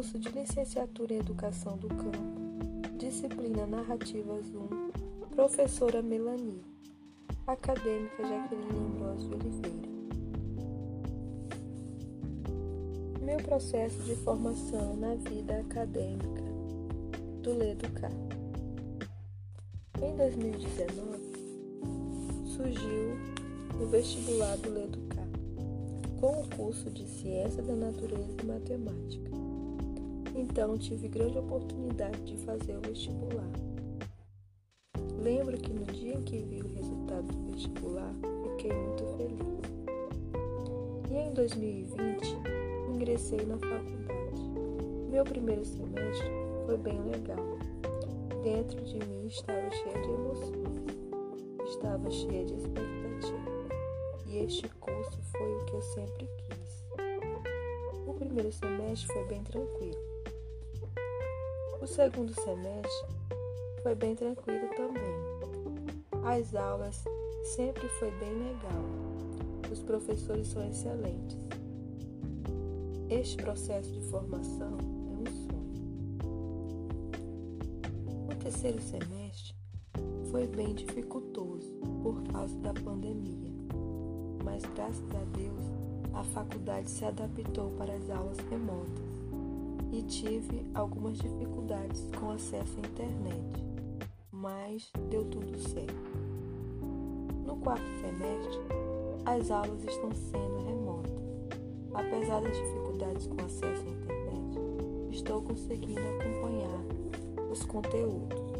curso de Licenciatura em Educação do Campo, disciplina Narrativas 1, professora Melanie, acadêmica Jaqueline Ambrosio de Oliveira. Meu processo de formação na vida acadêmica do LEDUCA. Em 2019, surgiu o vestibular do LEDUCA, com o curso de Ciência da Natureza e Matemática. Então, tive grande oportunidade de fazer o vestibular. Lembro que no dia em que vi o resultado do vestibular, fiquei muito feliz. E em 2020, ingressei na faculdade. Meu primeiro semestre foi bem legal. Dentro de mim estava cheia de emoções, estava cheia de expectativas. E este curso foi o que eu sempre quis. O primeiro semestre foi bem tranquilo. O segundo semestre foi bem tranquilo também. As aulas sempre foi bem legal. Os professores são excelentes. Este processo de formação é um sonho. O terceiro semestre foi bem dificultoso por causa da pandemia. Mas graças a Deus, a faculdade se adaptou para as aulas remotas e tive algumas dificuldades com acesso à internet, mas deu tudo certo. No quarto semestre, as aulas estão sendo remotas. Apesar das dificuldades com acesso à internet, estou conseguindo acompanhar os conteúdos.